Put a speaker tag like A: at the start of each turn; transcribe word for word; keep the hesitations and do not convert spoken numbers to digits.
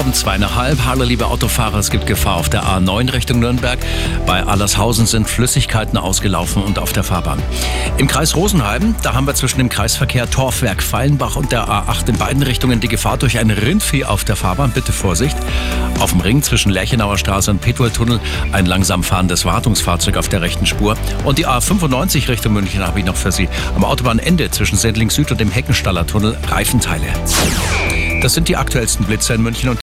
A: Stauben zweieinhalb. Hallo liebe Autofahrer, es gibt Gefahr auf der A neun Richtung Nürnberg. Bei Allershausen sind Flüssigkeiten ausgelaufen und auf der Fahrbahn. Im Kreis Rosenheim, da haben wir zwischen dem Kreisverkehr Torfwerk Feilenbach und der A acht in beiden Richtungen die Gefahr durch ein Rindvieh auf der Fahrbahn. Bitte Vorsicht. Auf dem Ring zwischen Lerchenauer Straße und Petueltunnel ein langsam fahrendes Wartungsfahrzeug auf der rechten Spur. Und die A fünfundneunzig Richtung München habe ich noch für Sie. Am Autobahnende zwischen Sendling Süd und dem Heckenstaller Tunnel Reifenteile. Das sind die aktuellsten Blitzer in München und